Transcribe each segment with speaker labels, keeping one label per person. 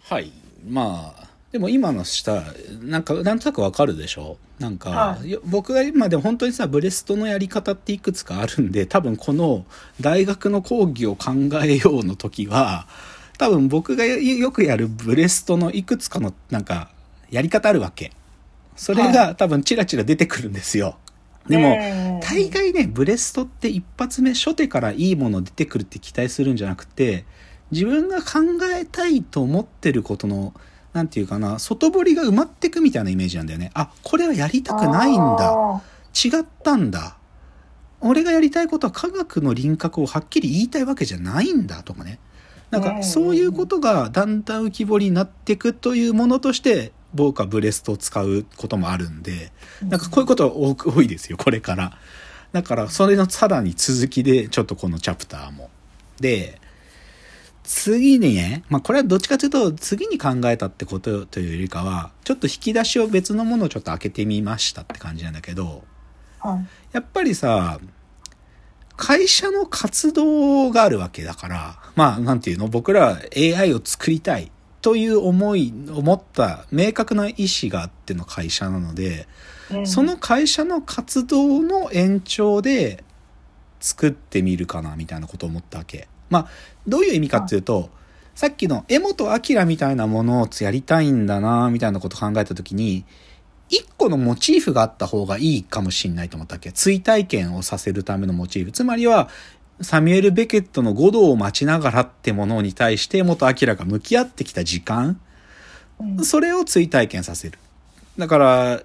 Speaker 1: はい。まあ、でも今のしたなんとなくわかるでしょ。なんか、
Speaker 2: はい。
Speaker 1: 僕が今でも本当にさ、ブレストのやり方っていくつかあるんで、多分この大学の講義を考えようの時は、多分僕がよくやるブレストのいくつかのなんかやり方あるわけ。それ
Speaker 2: は
Speaker 1: が多分チラチラ出てくるんですよ。
Speaker 2: い。
Speaker 1: でも、大概ね、ブレストって一発目初手からいいもの出てくるって期待するんじゃなくて、自分が考えたいと思ってることの、なんていうかな、外堀が埋まってくみたいなイメージなんだよね。あ、これはやりたくないんだ。
Speaker 2: あ
Speaker 1: 違ったんだ。俺がやりたいことは科学の輪郭をはっきり言いたいわけじゃないんだとかね。なんかそういうことがだんだん浮き彫りになっていくというものとして僕はブレストを使うこともあるんで、なんかこういうことは多いですよ、これから。だからそれのさらに続きでちょっとこのチャプターも。で、次にね、まあこれはどっちかというと次に考えたってことというよりかは、ちょっと引き出しを別のものをちょっと開けてみましたって感じなんだけど、
Speaker 2: あ。はい。
Speaker 1: やっぱりさ、会社の活動があるわけだから、まあなんていうの、僕らは AI を作りたいという思った明確な意思があっての会社なので、その会社の活動の延長で作ってみるかなみたいなことを思ったわけ。まあどういう意味かっていうと、さっきの江本明みたいなものをやりたいんだなみたいなことを考えたときに、一個のモチーフがあった方がいいかもしれないと思ったわけ。追体験をさせるためのモチーフ。つまりは、サミュエル・ベケットの5度を待ちながらってものに対して元明が向き合ってきた時間、それを追体験させる。だから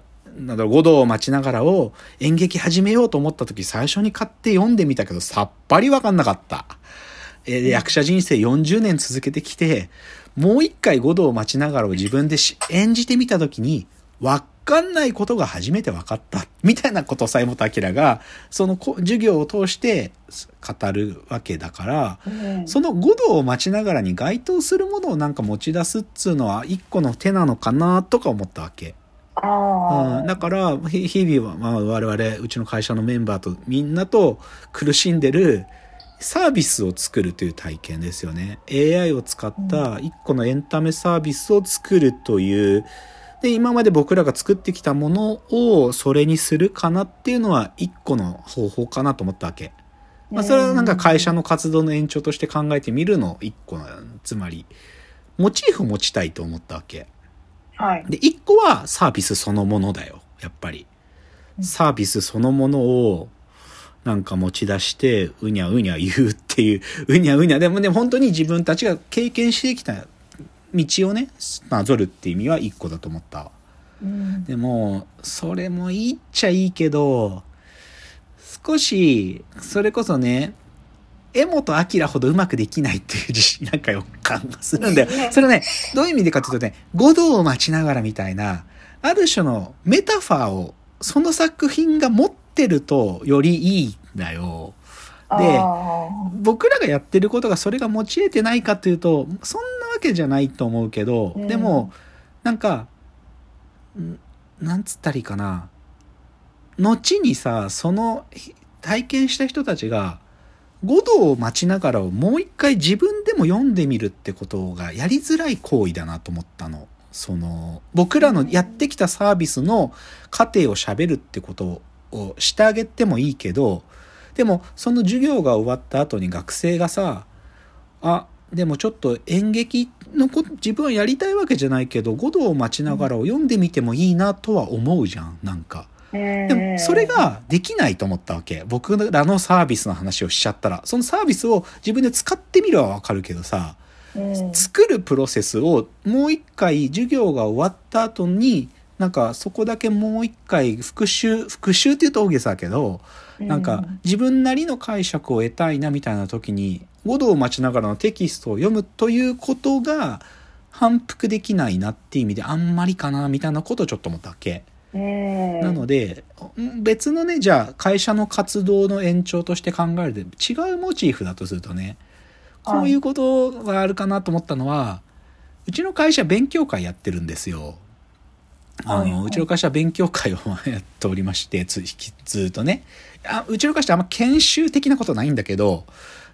Speaker 1: 、5度を待ちながらを演劇始めようと思った時最初に買って読んでみたけどさっぱりわかんなかった。役者人生40年続けてきて、もう一回5度を待ちながらを自分で演じてみた時に、わかんないことが初めて分かったみたいなことを西本明がその授業を通して語るわけだから、その5度を待ちながらに該当するものをなんか持ち出すっつうのは一個の手なのかなとか思ったわけ。だから日々は、まあ、我々うちの会社のメンバーとみんなと苦しんでるサービスを作るという体験ですよね。 AI を使った一個のエンタメサービスを作るというで、今まで僕らが作ってきたものをそれにするかなっていうのは一個の方法かなと思ったわけ。まあそれはなんか会社の活動の延長として考えてみるの一個の、つまりモチーフを持ちたいと思ったわけ。
Speaker 2: はい。
Speaker 1: で、一個はサービスそのものだよ。やっぱり。サービスそのものをなんか持ち出してうにゃうにゃ言うっていう、うにゃうにゃ。でもね、本当に自分たちが経験してきた道をね、なぞるっていう意味は一個だと思った。でも、それもいいっちゃいいけど、少し、それこそね、江本明ほどうまくできないっていう自信なんか予感がするんだよ。それね、どういう意味でかというとね、5度を待ちながらみたいな、ある種のメタファーを、その作品が持ってるとよりいいんだよ。で、僕らがやってることがそれが持ち得てないかというと、そんなわけじゃないと思うけど、でも、なんか、なんつったらいいかな。後にさ、その体験した人たちが、5度を待ちながらをもう一回自分でも読んでみるってことがやりづらい行為だなと思ったの。僕らのやってきたサービスの過程を喋るってことをしてあげてもいいけど、でもその授業が終わった後に学生がさ、でもちょっと演劇のこと自分はやりたいわけじゃないけど5度を待ちながらを読んでみてもいいなとは思うじゃん、なんか。でもそれができないと思ったわけ。僕らのサービスの話をしちゃったら、そのサービスを自分で使ってみるはわかるけどさ、作るプロセスをもう一回授業が終わった後になんかそこだけもう一回復習って言うと大げさだけど、なんか自分なりの解釈を得たいなみたいな時に5度を待ちながらのテキストを読むということが反復できないなっていう意味であんまりかなみたいなことをちょっと思ったわけ。なので別のね、じゃあ会社の活動の延長として考えるで違うモチーフだとするとね、こういうことがあるかなと思ったのは、うちの会社勉強会やってるんですよ。うちの会社は勉強会をやっておりまして、ずっとね、うちの会社はあんま研修的なことないんだけど、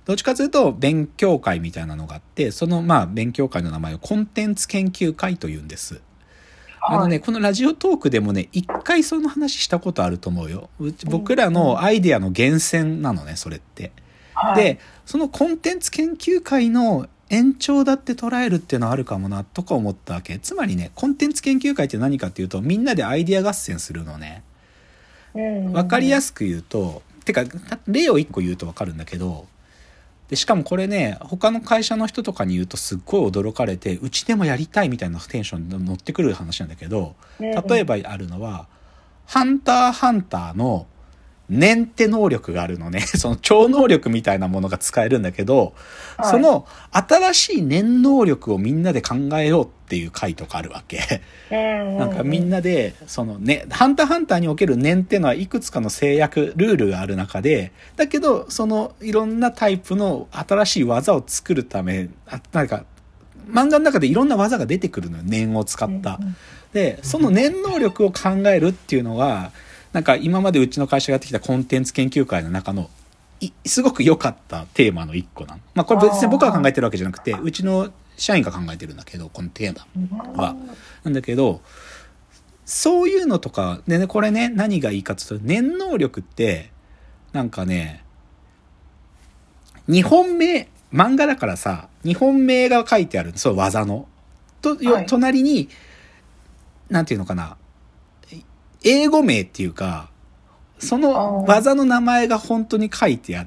Speaker 1: どっちかというと勉強会みたいなのがあって、そのまあ勉強会の名前をコンテンツ研究会というんです。このラジオトークでもね、一回その話したことあると思うよ。僕らのアイデアの源泉なのね、それって。で、そのコンテンツ研究会の延長だって捉えるっていうのはあるかもな、とか思ったわけ。つまりね、コンテンツ研究会って何かっていうと、みんなでアイデア合戦するのね。わかりやすく言うと、てか、例を一個言うとわかるんだけど、でしかもこれね、他の会社の人とかに言うとすっごい驚かれて、うちでもやりたいみたいなテンションで乗ってくる話なんだけど、例えばあるのは、ハンターハンターの念って能力があるのね。その超能力みたいなものが使えるんだけど、その新しい念能力をみんなで考えようっていう回とかあるわけ。なんかみんなで、そのね、ハンターハンターにおける念っていうのはいくつかの制約、ルールがある中で、だけど、そのいろんなタイプの新しい技を作るため、なんか、漫画の中でいろんな技が出てくるのよ。念を使った。で、その念能力を考えるっていうのが、なんか今までうちの会社がやってきたコンテンツ研究会の中のすごく良かったテーマの一個なの。まあこれ別に僕が考えてるわけじゃなくて、うちの社員が考えてるんだけど、このテーマは。なんだけど、そういうのとか、でね、これね、何がいいかっていうと、念能力って、なんかね、日本名、漫画だからさ、日本名が書いてある、そう、技の。隣に、なんていうのかな、英語名っていうか、その技の名前が本当に書いてあって、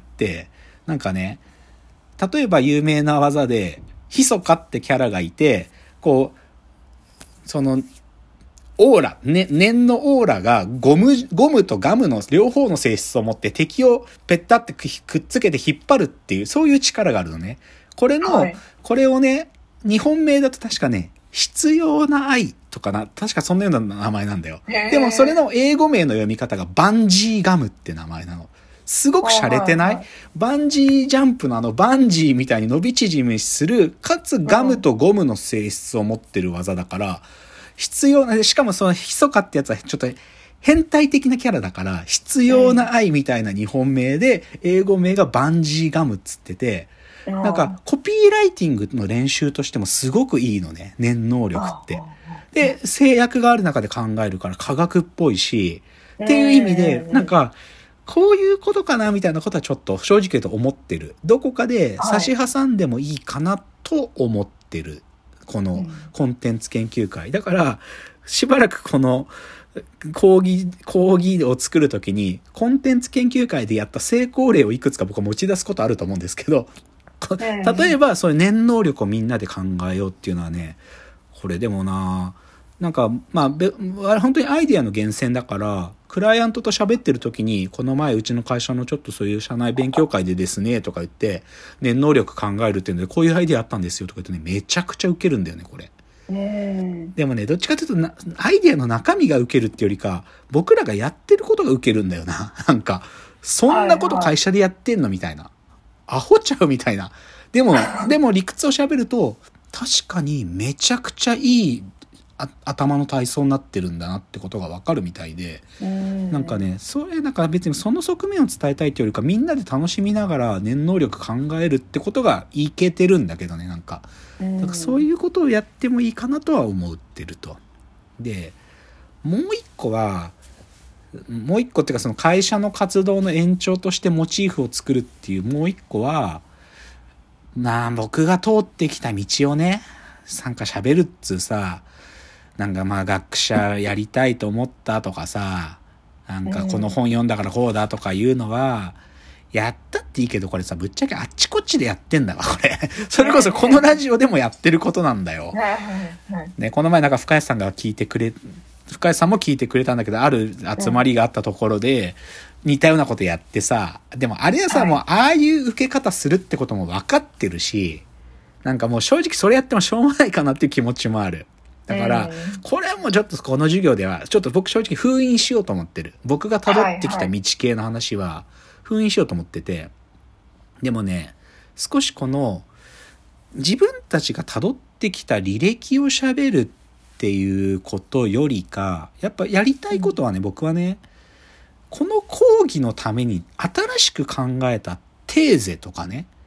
Speaker 1: なんかね、例えば有名な技で、ヒソカってキャラがいて、こう、その、オーラ、ね、念のオーラがゴムとガムの両方の性質を持って敵をペッタってくっつけて引っ張るっていう、そういう力があるのね。これをね、日本名だと確かね、必要な愛とかな、確かそんなような名前なんだよ。でもそれの英語名の読み方がバンジーガムって名前なの。すごく洒落てない？バンジージャンプのバンジーみたいに伸び縮みする、かつガムとゴムの性質を持ってる技だから、必要な、しかもそのヒソカってやつはちょっと変態的なキャラだから、必要な愛みたいな日本名で、英語名がバンジーガムっつってて、なんかコピーライティングの練習としてもすごくいいのね、念能力って。で、制約がある中で考えるから科学っぽいし、っていう意味で、なんか、こういうことかなみたいなことはちょっと正直言うと思ってる。どこかで差し挟んでもいいかなと思ってる。このコンテンツ研究会。だから、しばらくこの講義を作るときに、コンテンツ研究会でやった成功例をいくつか僕は持ち出すことあると思うんですけど、例えばそういう念能力をみんなで考えようっていうのはね、これでもなんかまあ本当にアイデアの源泉だから、クライアントと喋ってる時に、この前うちの会社のちょっとそういう社内勉強会でですねとか言って、念能力考えるっていうのでこういうアイデアあったんですよとか言ってね、めちゃくちゃウケるんだよねこれ。でもね、どっちかというとアイデアの中身がウケるっていうよりか、僕らがやってることがウケるんだよな。なんかそんなこと会社でやってんのみたいな。アホちゃうみたいな。でも理屈を喋ると、確かにめちゃくちゃいい頭の体操になってるんだなってことがわかるみたいで、なんかね、それなんか別にその側面を伝えたいというよりか、みんなで楽しみながら念能力考えるってことがいけてるんだけどね、なんか。だからそういうことをやってもいいかなとは思ってると。で、もう一個っていうか、その会社の活動の延長としてモチーフを作るっていうもう一個は、僕が通ってきた道をね、なんか喋るっつうさ、なんか学者やりたいと思ったとかさ、なんかこの本読んだからこうだとかいうのは、やったっていいけど、これさ、ぶっちゃけあっちこっちでやってんだわ、これ。それこそこのラジオでもやってることなんだよ。ね、この前なんか深谷さんも聞いてくれたんだけど、ある集まりがあったところで、似たようなことやってさ、でもあれはさ、もうああいう受け方するってことも分かってるし、なんかもう正直それやってもしょうがないかなっていう気持ちもある。だから、これはもうちょっとこの授業では、ちょっと僕正直封印しようと思ってる。僕が辿ってきた道系の話は封印しようと思ってて。でもね、少しこの、自分たちが辿ってきた履歴を喋るっていうことよりか、やっぱやりたいことはね、僕はね、この講義のために新しく考えたテーゼとかね、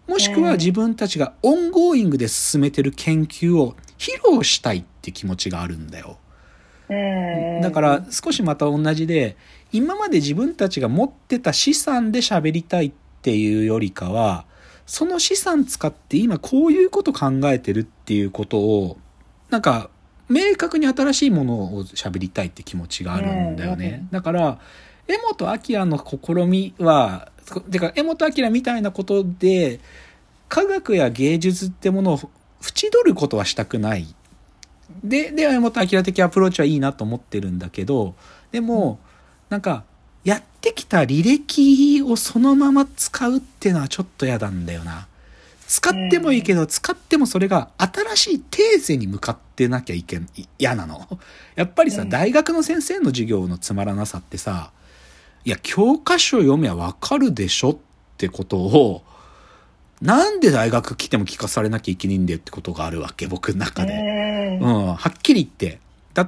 Speaker 1: もしくは自分たちがオンゴーイングで進めてる研究を披露したいって気持ちがあるんだよ。だから少しまた同じで、今まで自分たちが持ってた資産で喋りたいっていうよりかは、その資産使って今こういうこと考えてるっていうことをなんか明確に新しいものを喋りたいって気持ちがあるんだよね。だから江本明の試みは、てか江本明みたいなことで科学や芸術ってものを縁取ることはしたくない。で江本明的アプローチはいいなと思ってるんだけど、でもなんかやってきた履歴をそのまま使うっていうのはちょっと嫌なんだよな。使ってもいいけど、使ってもそれが新しいテーゼに向かってなきゃ嫌なの。やっぱりさ、大学の先生の授業のつまらなさってさ、いや教科書読めばわかるでしょってことを、なんで大学来ても聞かされなきゃいけないんだよってことがあるわけ、僕の中で。はっきり言って。だって、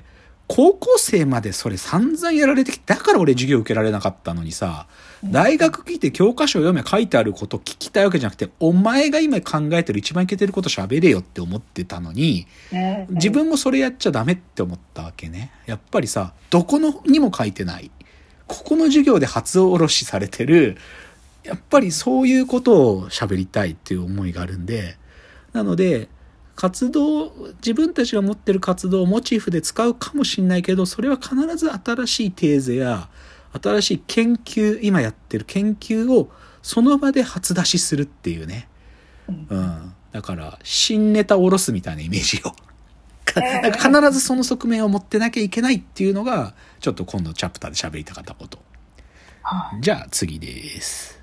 Speaker 1: 高校生までそれ散々やられてきて、だから俺授業受けられなかったのにさ、大学来て教科書を読め書いてあること聞きたいわけじゃなくて、お前が今考えてる一番いけてること喋れよって思ってたのに、自分もそれやっちゃダメって思ったわけね。やっぱりさ、どこのにも書いてない。ここの授業で初おろしされてる、やっぱりそういうことを喋りたいっていう思いがあるんで、なので自分たちが持ってる活動をモチーフで使うかもしれないけど、それは必ず新しいテーゼや新しい研究、今やってる研究をその場で初出しするっていうね。だから新ネタを下ろすみたいなイメージを必ずその側面を持ってなきゃいけないっていうのがちょっと今度チャプターで喋りたかったこと。じゃあ次です。